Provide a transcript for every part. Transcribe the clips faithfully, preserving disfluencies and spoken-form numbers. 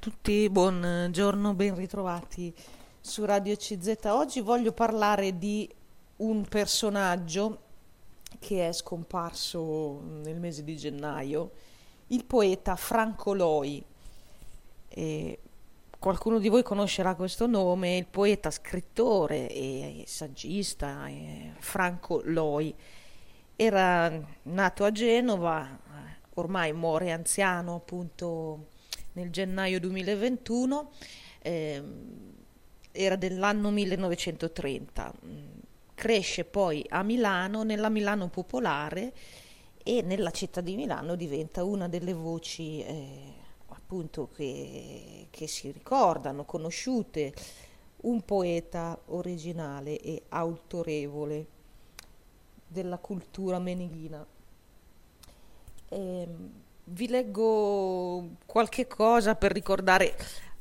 tutti, buongiorno, ben ritrovati su Radio C Z. Oggi voglio parlare di un personaggio che è scomparso nel mese di gennaio, il poeta Franco Loi. E qualcuno di voi conoscerà questo nome, il poeta, scrittore e saggista eh, Franco Loi. Era nato a Genova, ormai muore anziano appunto nel gennaio duemilaventuno, ehm, era dell'anno millenovecentotrenta. Cresce poi a Milano, nella Milano popolare, e nella città di Milano diventa una delle voci eh, appunto che, che si ricordano, conosciute, un poeta originale e autorevole della cultura meneghina. Ehm, vi leggo qualche cosa per ricordare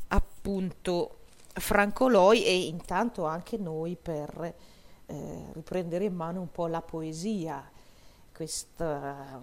appunto Franco Loi e intanto anche noi per eh, riprendere in mano un po' la poesia, questa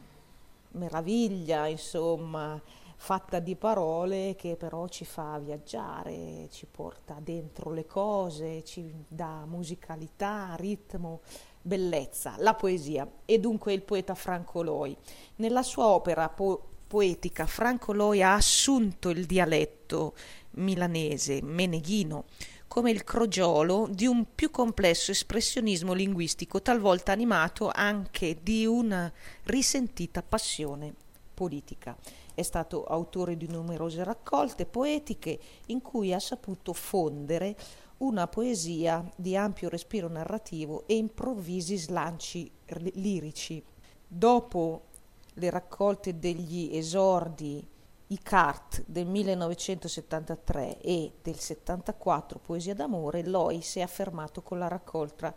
mm, meraviglia, insomma, fatta di parole che però ci fa viaggiare, ci porta dentro le cose, ci dà musicalità, ritmo, bellezza, la poesia. E dunque il poeta Franco Loi. Nella sua opera po- poetica Franco Loi ha assunto il dialetto milanese, meneghino, come il crogiolo di un più complesso espressionismo linguistico, talvolta animato anche di una risentita passione politica. È stato autore di numerose raccolte poetiche in cui ha saputo fondere una poesia di ampio respiro narrativo e improvvisi slanci lirici. Dopo le raccolte degli esordi I Cart del millenovecentosettantatré e del settantaquattro Poesia d'amore, Loi si è affermato con la raccolta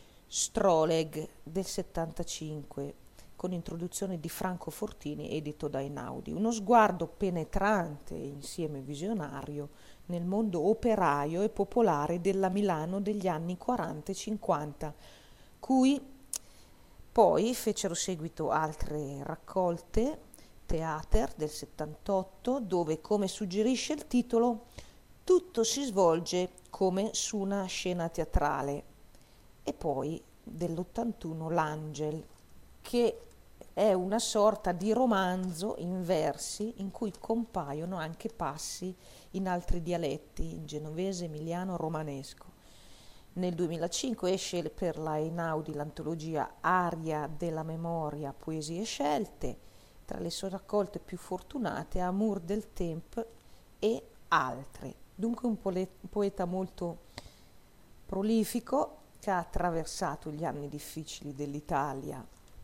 Stroleg del settantacinque, con introduzione di Franco Fortini, edito da Einaudi. Uno sguardo penetrante e insieme visionario nel mondo operaio e popolare della Milano degli anni quaranta e cinquanta, cui poi fecero seguito altre raccolte, Theater del settantotto, dove, come suggerisce il titolo, tutto si svolge come su una scena teatrale, e poi dell'ottantuno L'Angel, che è una sorta di romanzo in versi in cui compaiono anche passi in altri dialetti, in genovese, emiliano, romanesco. Nel duemilacinque esce per la Einaudi l'antologia Aria della memoria, poesie scelte, tra le sue raccolte più fortunate Amour del Temp e altre. Dunque un poeta molto prolifico che ha attraversato gli anni difficili dell'Italia,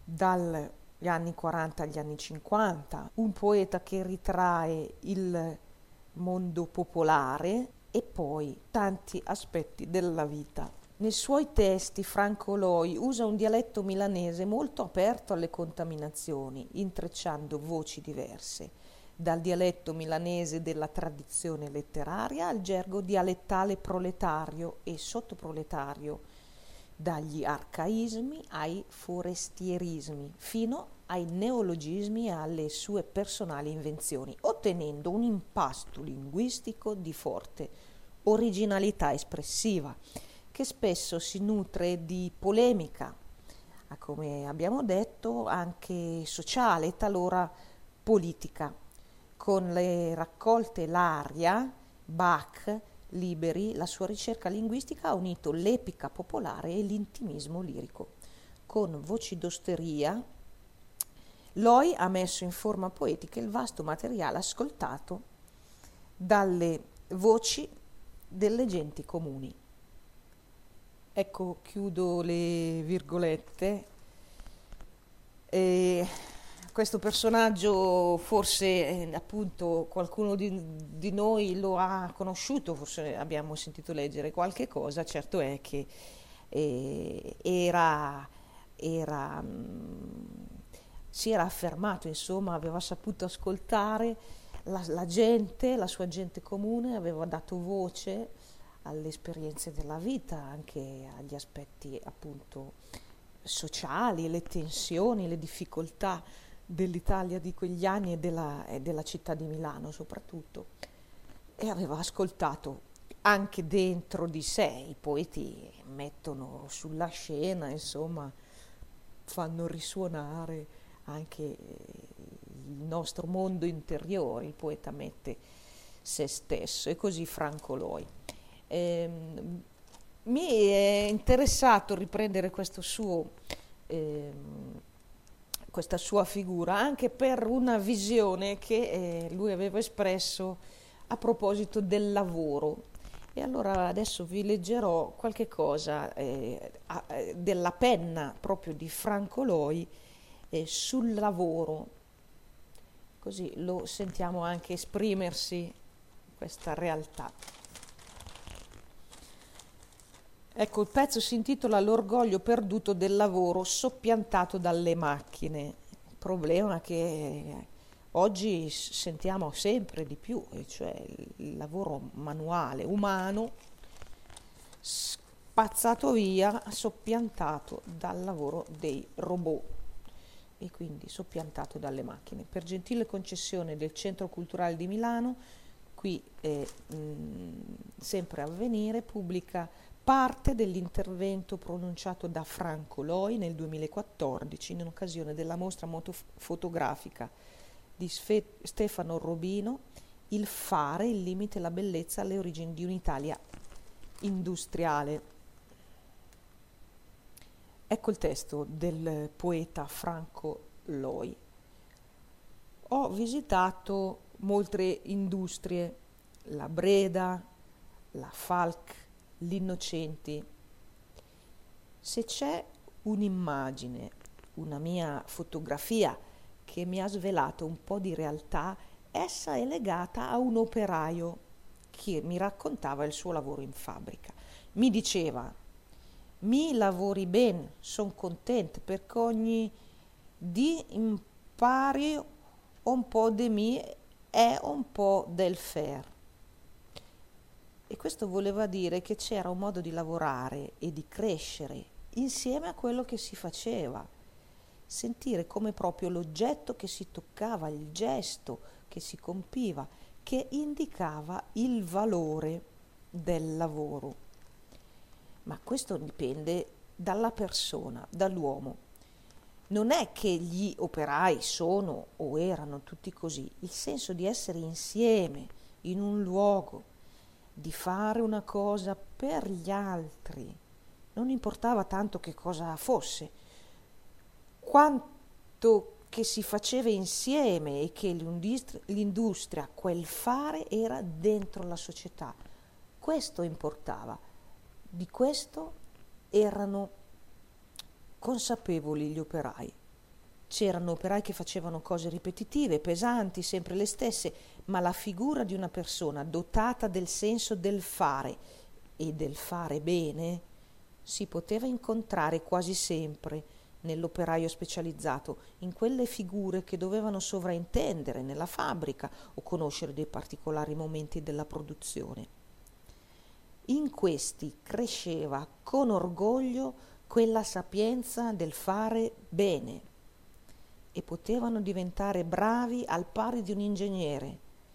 dagli anni quaranta agli anni cinquanta, un poeta che ritrae il mondo popolare e poi tanti aspetti della vita. Nei suoi testi Franco Loi usa un dialetto milanese molto aperto alle contaminazioni, intrecciando voci diverse, dal dialetto milanese della tradizione letteraria al gergo dialettale proletario e sottoproletario, dagli arcaismi ai forestierismi, fino ai neologismi e alle sue personali invenzioni, ottenendo un impasto linguistico di forte originalità espressiva, che spesso si nutre di polemica, come abbiamo detto, anche sociale e talora politica. Con le raccolte L'aria, Bach, Liberi, la sua ricerca linguistica ha unito l'epica popolare e l'intimismo lirico. Con Voci d'osteria, Loi ha messo in forma poetica il vasto materiale ascoltato dalle voci delle genti comuni. Ecco, chiudo le virgolette. E questo personaggio forse eh, appunto qualcuno di, di noi lo ha conosciuto, forse abbiamo sentito leggere qualche cosa. Certo è che eh, era, era mh, si era affermato, insomma, aveva saputo ascoltare la, la gente, la sua gente comune, aveva dato voce alle esperienze della vita, anche agli aspetti appunto sociali, le tensioni, le difficoltà dell'Italia di quegli anni e della, e della città di Milano soprattutto. e aveva ascoltato anche dentro di sé. I poeti mettono sulla scena, insomma, fanno risuonare anche il nostro mondo interiore. Il poeta mette se stesso, e così Franco Loi. Ehm, mi è interessato riprendere questo suo, ehm, questa sua figura anche per una visione che eh, lui aveva espresso a proposito del lavoro. E allora adesso vi leggerò qualche cosa eh, a, eh, della penna proprio di Franco Loi eh, sul lavoro, così lo sentiamo anche esprimersi questa realtà. Ecco, il pezzo si intitola L'orgoglio perduto del lavoro soppiantato dalle macchine. Il problema che oggi sentiamo sempre di più, e cioè il lavoro manuale, umano, spazzato via, soppiantato dal lavoro dei robot e quindi soppiantato dalle macchine. Per gentile concessione del Centro Culturale di Milano, qui eh, mh, sempre Avvenire pubblica parte dell'intervento pronunciato da Franco Loi nel duemilaquattordici in occasione della mostra fotografica di Sfe- Stefano Robino, Il fare, il limite e la bellezza alle origini di un'Italia industriale. Ecco il testo del poeta Franco Loi. Ho visitato molte industrie, la Breda, la Falck, l'Innocenti. Se c'è un'immagine, una mia fotografia che mi ha svelato un po' di realtà, essa è legata a un operaio che mi raccontava il suo lavoro in fabbrica. Mi diceva: mi lavori bene, sono contento perché ogni di impari un po' di me e un po' del fer. E questo voleva dire che c'era un modo di lavorare e di crescere insieme a quello che si faceva, sentire come proprio l'oggetto che si toccava, il gesto che si compiva, che indicava il valore del lavoro. Ma questo dipende dalla persona, dall'uomo. Non è che gli operai sono o erano tutti così. Il senso di essere insieme in un luogo, di fare una cosa per gli altri, non importava tanto che cosa fosse, quanto che si faceva insieme e che l'industria, l'industria, quel fare era dentro la società. Questo importava. Di questo erano consapevoli gli operai. C'erano operai che facevano cose ripetitive, pesanti, sempre le stesse, ma la figura di una persona dotata del senso del fare e del fare bene si poteva incontrare quasi sempre nell'operaio specializzato, in quelle figure che dovevano sovraintendere nella fabbrica o conoscere dei particolari momenti della produzione. In questi cresceva con orgoglio quella sapienza del fare bene e potevano diventare bravi al pari di un ingegnere.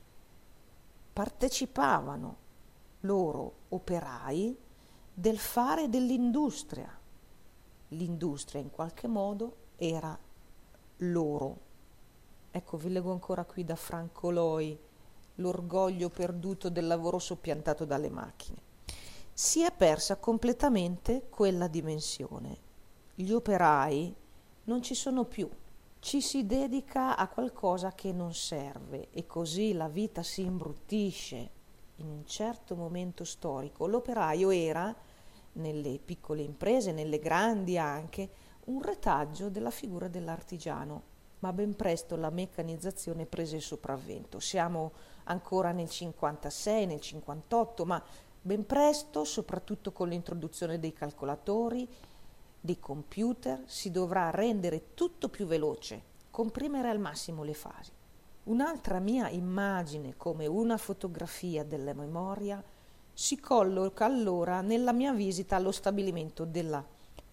Partecipavano loro, operai, del fare dell'industria. L'industria in qualche modo era loro. Ecco, vi leggo ancora qui da Franco Loi, L'orgoglio perduto del lavoro soppiantato dalle macchine. Si è persa completamente quella dimensione. Gli operai non ci sono più, ci si dedica a qualcosa che non serve e così la vita si imbruttisce. In un certo momento storico l'operaio era, nelle piccole imprese, nelle grandi anche, un retaggio della figura dell'artigiano, ma ben presto la meccanizzazione prese il sopravvento. Siamo ancora nel cinquantasei, nel cinquantotto, ma ben presto, soprattutto con l'introduzione dei calcolatori, dei computer, si dovrà rendere tutto più veloce, comprimere al massimo le fasi. Un'altra mia immagine, come una fotografia della memoria, si colloca allora nella mia visita allo stabilimento della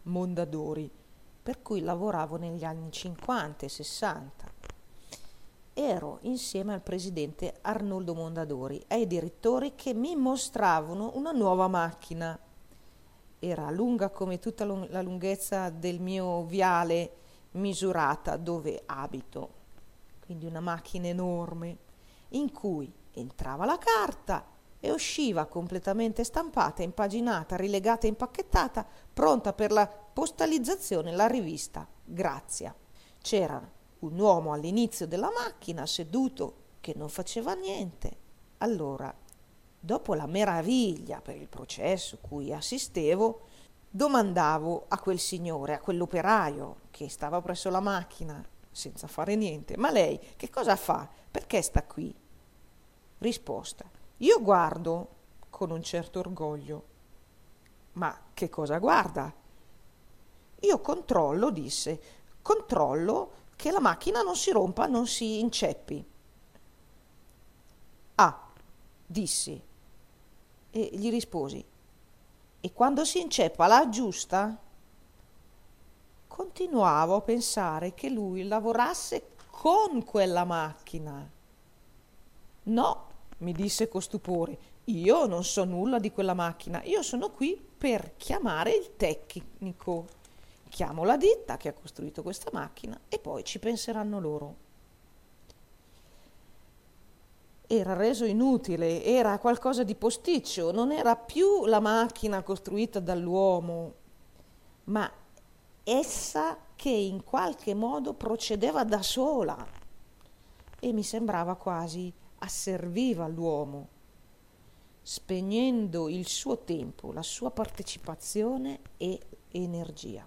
Mondadori, per cui lavoravo negli anni cinquanta e sessanta. ero insieme al presidente Arnoldo Mondadori e ai direttori che mi mostravano una nuova macchina. Era lunga come tutta la lunghezza del mio viale misurata dove abito, quindi una macchina enorme in cui entrava la carta e usciva completamente stampata, impaginata, rilegata e impacchettata, pronta per la postalizzazione, la rivista Grazia. C'era un uomo all'inizio della macchina seduto che non faceva niente. Allora, dopo la meraviglia per il processo cui assistevo, domandavo a quel signore, a quell'operaio che stava presso la macchina senza fare niente: ma lei che cosa fa? Perché sta qui? Risposta: io guardo, con un certo orgoglio. Ma che cosa guarda? Io controllo, disse, controllo che la macchina non si rompa, non si inceppi. Ah, dissi, e gli risposi: e quando si inceppa la aggiusta? Continuavo a pensare che lui lavorasse con quella macchina. No, mi disse con stupore, io non so nulla di quella macchina, io sono qui per chiamare il tecnico. Chiamo la ditta che ha costruito questa macchina e poi ci penseranno loro. Era reso inutile, era qualcosa di posticcio, non era più la macchina costruita dall'uomo, ma essa che in qualche modo procedeva da sola e mi sembrava quasi asserviva all'uomo, spegnendo il suo tempo, la sua partecipazione e energia.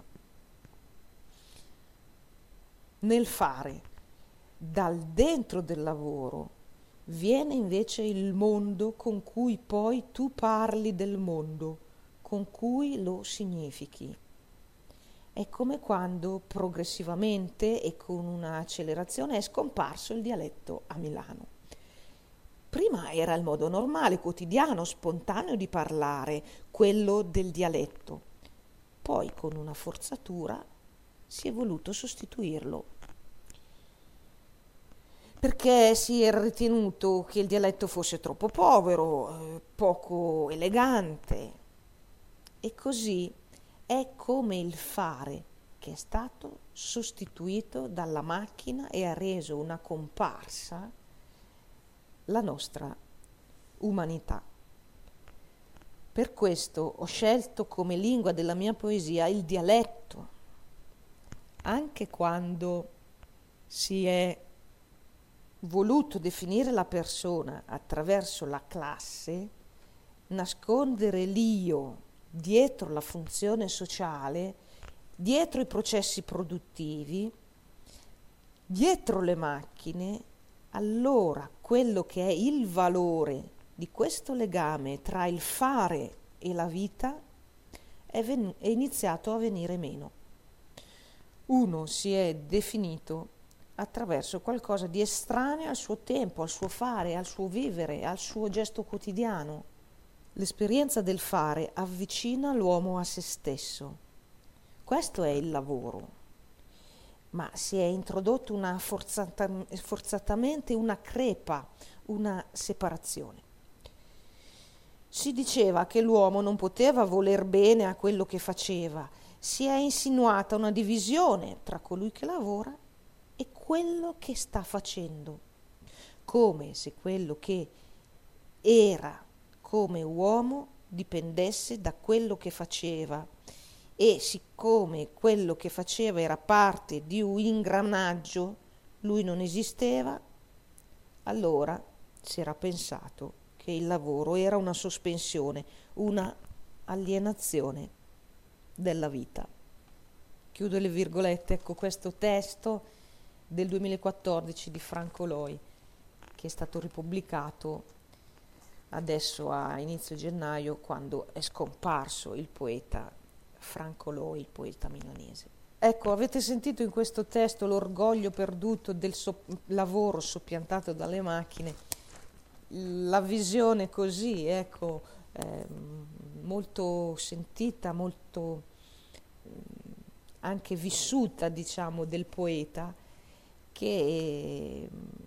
Nel fare, dal dentro del lavoro, viene invece il mondo con cui poi tu parli del mondo, con cui lo significhi. È come quando progressivamente e con un'accelerazione è scomparso il dialetto a Milano. Prima era il modo normale, quotidiano, spontaneo di parlare, quello del dialetto. Poi con una forzatura si è voluto sostituirlo, perché si era ritenuto che il dialetto fosse troppo povero, eh, poco elegante. E così è come il fare che è stato sostituito dalla macchina e ha reso una comparsa la nostra umanità. Per questo ho scelto come lingua della mia poesia il dialetto, anche quando si è voluto definire la persona attraverso la classe, nascondere l'io dietro la funzione sociale, dietro i processi produttivi, dietro le macchine. Allora quello che è il valore di questo legame tra il fare e la vita è, ven- è iniziato a venire meno. Uno si è definito attraverso qualcosa di estraneo al suo tempo, al suo fare, al suo vivere, al suo gesto quotidiano. L'esperienza del fare avvicina l'uomo a se stesso. Questo è il lavoro. Ma si è introdotto una forzata, forzatamente una crepa, una separazione. Si diceva che l'uomo non poteva voler bene a quello che faceva. Si è insinuata una divisione tra colui che lavora e quello che sta facendo, come se quello che era come uomo dipendesse da quello che faceva, e siccome quello che faceva era parte di un ingranaggio, lui non esisteva, allora si era pensato che il lavoro era una sospensione, una alienazione della vita. Chiudo le virgolette. Ecco questo testo del duemilaquattordici di Franco Loi, che è stato ripubblicato adesso a inizio gennaio, quando è scomparso il poeta Franco Loi, il poeta milanese. Ecco, avete sentito in questo testo l'orgoglio perduto del so- lavoro soppiantato dalle macchine, la visione così, ecco, eh, molto sentita, molto eh, anche vissuta, diciamo, del poeta, che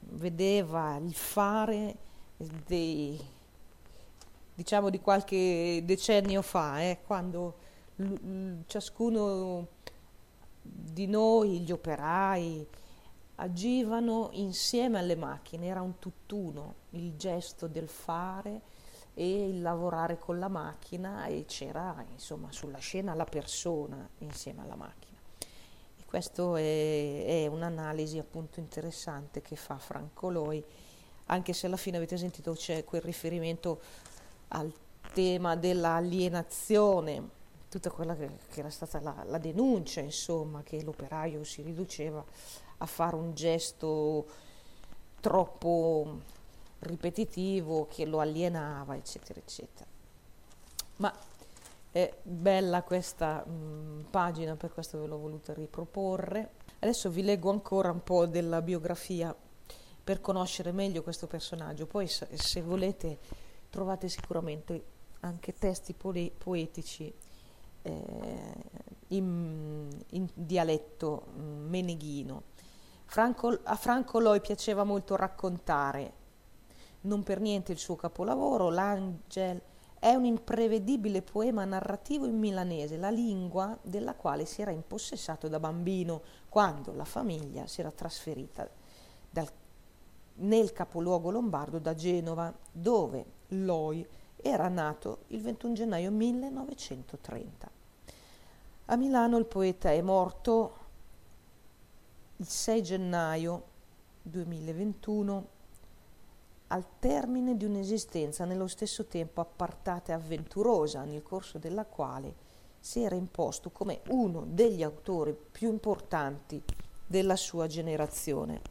vedeva il fare dei, diciamo di qualche decennio fa, eh, quando l- l- ciascuno di noi, gli operai, agivano insieme alle macchine, era un tutt'uno, il gesto del fare e il lavorare con la macchina, e c'era insomma sulla scena la persona insieme alla macchina. E questo è, è un'analisi appunto interessante che fa Franco Loi, anche se alla fine avete sentito c'è quel riferimento al tema dell'alienazione, tutta quella che, che era stata la, la denuncia, insomma, che l'operaio si riduceva a fare un gesto troppo ripetitivo che lo alienava, eccetera, eccetera. Ma è bella questa mh, pagina, per questo ve l'ho voluta riproporre. Adesso vi leggo ancora un po' della biografia per conoscere meglio questo personaggio. Poi se, se volete trovate sicuramente anche testi pole- poetici eh, in, in dialetto mh, meneghino. Franco, a Franco Loi piaceva molto raccontare, non per niente il suo capolavoro, L'Angel, è un imprevedibile poema narrativo in milanese, la lingua della quale si era impossessato da bambino, quando la famiglia si era trasferita dal, nel capoluogo lombardo da Genova, dove Loi era nato il ventuno gennaio millenovecentotrenta. A Milano il poeta è morto il sei gennaio duemilaventuno, al termine di un'esistenza nello stesso tempo appartata e avventurosa, nel corso della quale si era imposto come uno degli autori più importanti della sua generazione.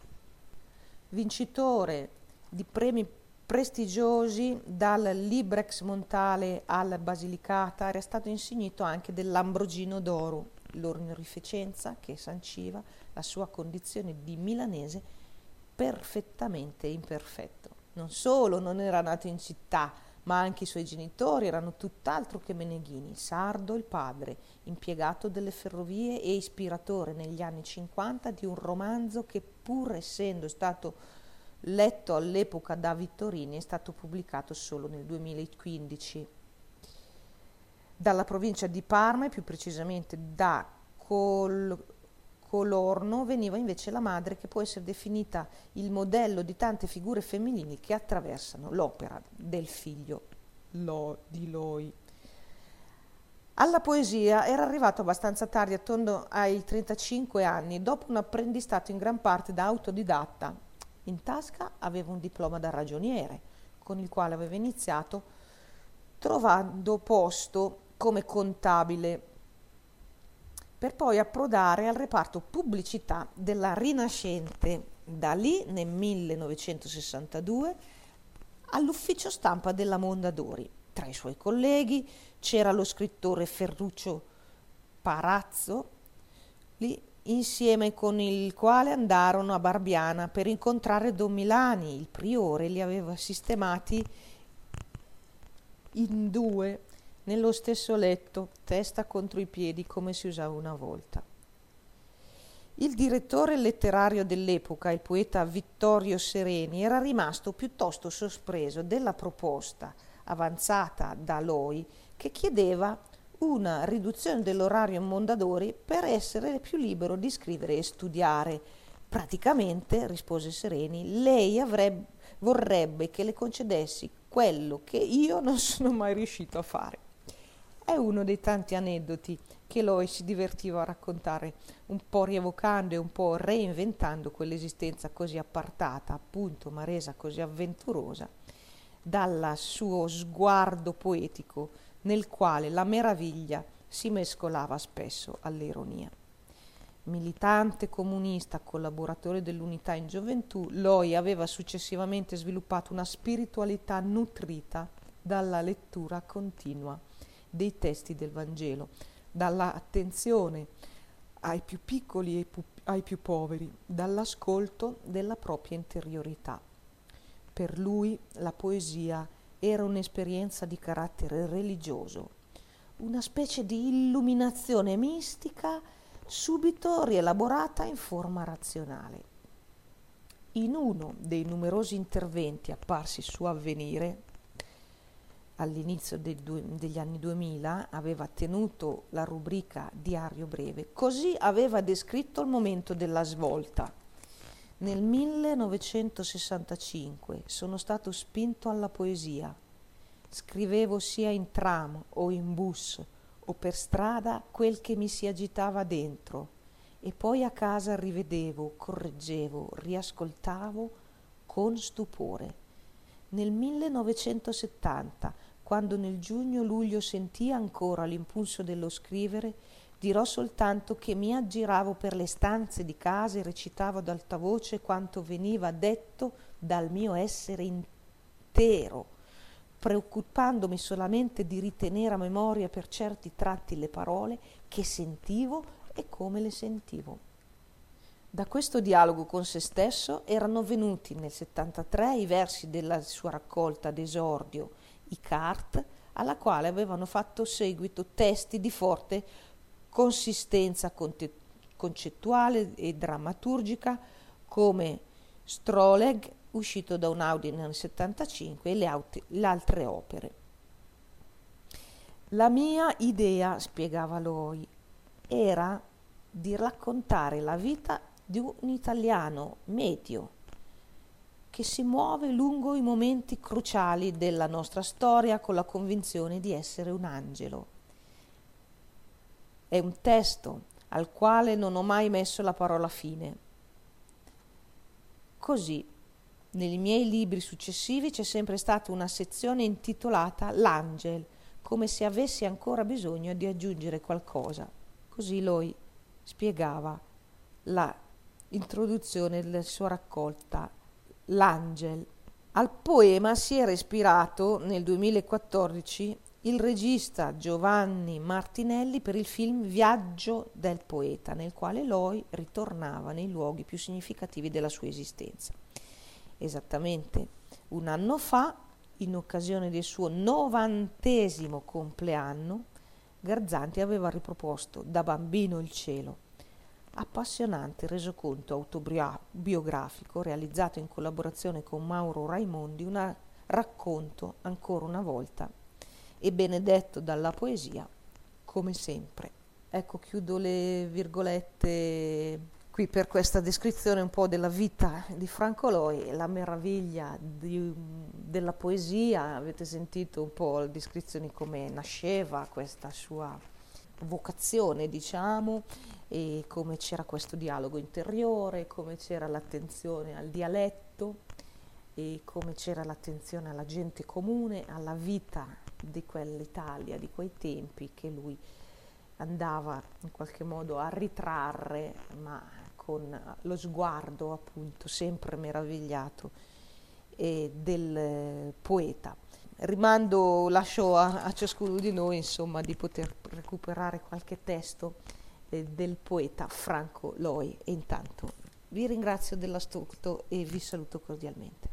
Vincitore di premi prestigiosi dal Librex Montale alla Basilicata, era stato insignito anche dell'Ambrogino d'Oro, l'onorificenza che sanciva la sua condizione di milanese perfettamente imperfetto. Non solo non era nato in città, ma anche i suoi genitori erano tutt'altro che meneghini. Sardo il padre, impiegato delle ferrovie e ispiratore negli anni cinquanta di un romanzo che, pur essendo stato letto all'epoca da Vittorini, è stato pubblicato solo nel duemilaquindici. Dalla provincia di Parma, e più precisamente da Col- Colorno, veniva invece la madre, che può essere definita il modello di tante figure femminili che attraversano l'opera del figlio Lo- di Loi. Alla poesia era arrivato abbastanza tardi, attorno ai trentacinque anni, dopo un apprendistato in gran parte da autodidatta. In tasca aveva un diploma da ragioniere, con il quale aveva iniziato, trovando posto come contabile, per poi approdare al reparto pubblicità della Rinascente, da lì nel millenovecentosessantadue all'ufficio stampa della Mondadori. Tra i suoi colleghi c'era lo scrittore Ferruccio Parazzo, lì insieme con il quale andarono a Barbiana per incontrare Don Milani. Il priore li aveva sistemati in due nello stesso letto, testa contro i piedi, come si usava una volta. Il direttore letterario dell'epoca, il poeta Vittorio Sereni, era rimasto piuttosto sorpreso della proposta avanzata da Loi, che chiedeva una riduzione dell'orario Mondadori per essere più libero di scrivere e studiare. Praticamente, rispose Sereni, lei avrebbe, vorrebbe che le concedessi quello che io non sono mai riuscito a fare. È uno dei tanti aneddoti che Loi si divertiva a raccontare, un po' rievocando e un po' reinventando quell'esistenza così appartata, appunto, ma resa così avventurosa dal suo sguardo poetico, nel quale la meraviglia si mescolava spesso all'ironia. Militante comunista, collaboratore dell'Unità in gioventù, Loi aveva successivamente sviluppato una spiritualità nutrita dalla lettura continua dei testi del Vangelo, dall'attenzione ai più piccoli e ai più poveri, dall'ascolto della propria interiorità. Per lui la poesia era un'esperienza di carattere religioso, una specie di illuminazione mistica subito rielaborata in forma razionale. In uno dei numerosi interventi apparsi su Avvenire all'inizio dei due, degli anni duemila, aveva tenuto la rubrica Diario breve, così aveva descritto il momento della svolta. Nel millenovecentosessantacinque sono stato spinto alla poesia. Scrivevo sia in tram o in bus o per strada quel che mi si agitava dentro, e poi a casa rivedevo, correggevo, riascoltavo con stupore. Nel millenovecentosettanta, quando nel giugno-luglio sentii ancora l'impulso dello scrivere, dirò soltanto che mi aggiravo per le stanze di casa e recitavo ad alta voce quanto veniva detto dal mio essere intero, preoccupandomi solamente di ritenere a memoria per certi tratti le parole che sentivo e come le sentivo. Da questo dialogo con se stesso erano venuti nel settantatré i versi della sua raccolta d'esordio, I Cart, alla quale avevano fatto seguito testi di forte consistenza conte- concettuale e drammaturgica come Stroleg, uscito da un Audi nel settantacinque, e le, aut- le altre opere. La mia idea, spiegava lui, era di raccontare la vita di un italiano medio che si muove lungo i momenti cruciali della nostra storia con la convinzione di essere un angelo. È un testo al quale non ho mai messo la parola fine. Così, nei miei libri successivi c'è sempre stata una sezione intitolata L'Angel, come se avessi ancora bisogno di aggiungere qualcosa. Così lui spiegava la introduzione della sua raccolta L'Angel. Al poema si era ispirato nel duemilaquattordici il regista Giovanni Martinelli per il film Viaggio del poeta, nel quale Loi ritornava nei luoghi più significativi della sua esistenza. Esattamente un anno fa, in occasione del suo novantesimo compleanno, Garzanti aveva riproposto Da bambino il cielo, appassionante resoconto autobiografico realizzato in collaborazione con Mauro Raimondi, un racconto ancora una volta e benedetto dalla poesia come sempre. Ecco, chiudo le virgolette qui per questa descrizione un po' della vita di Franco Loi, la meraviglia di, della poesia. Avete sentito un po' le descrizioni come nasceva questa sua vocazione, diciamo, e come c'era questo dialogo interiore, come c'era l'attenzione al dialetto e come c'era l'attenzione alla gente comune, alla vita di quell'Italia, di quei tempi che lui andava in qualche modo a ritrarre, ma con lo sguardo appunto sempre meravigliato eh, del poeta. Rimando, lascio a, a ciascuno di noi, insomma, di poter recuperare qualche testo eh, del poeta Franco Loi, e intanto vi ringrazio dell'ascolto e vi saluto cordialmente.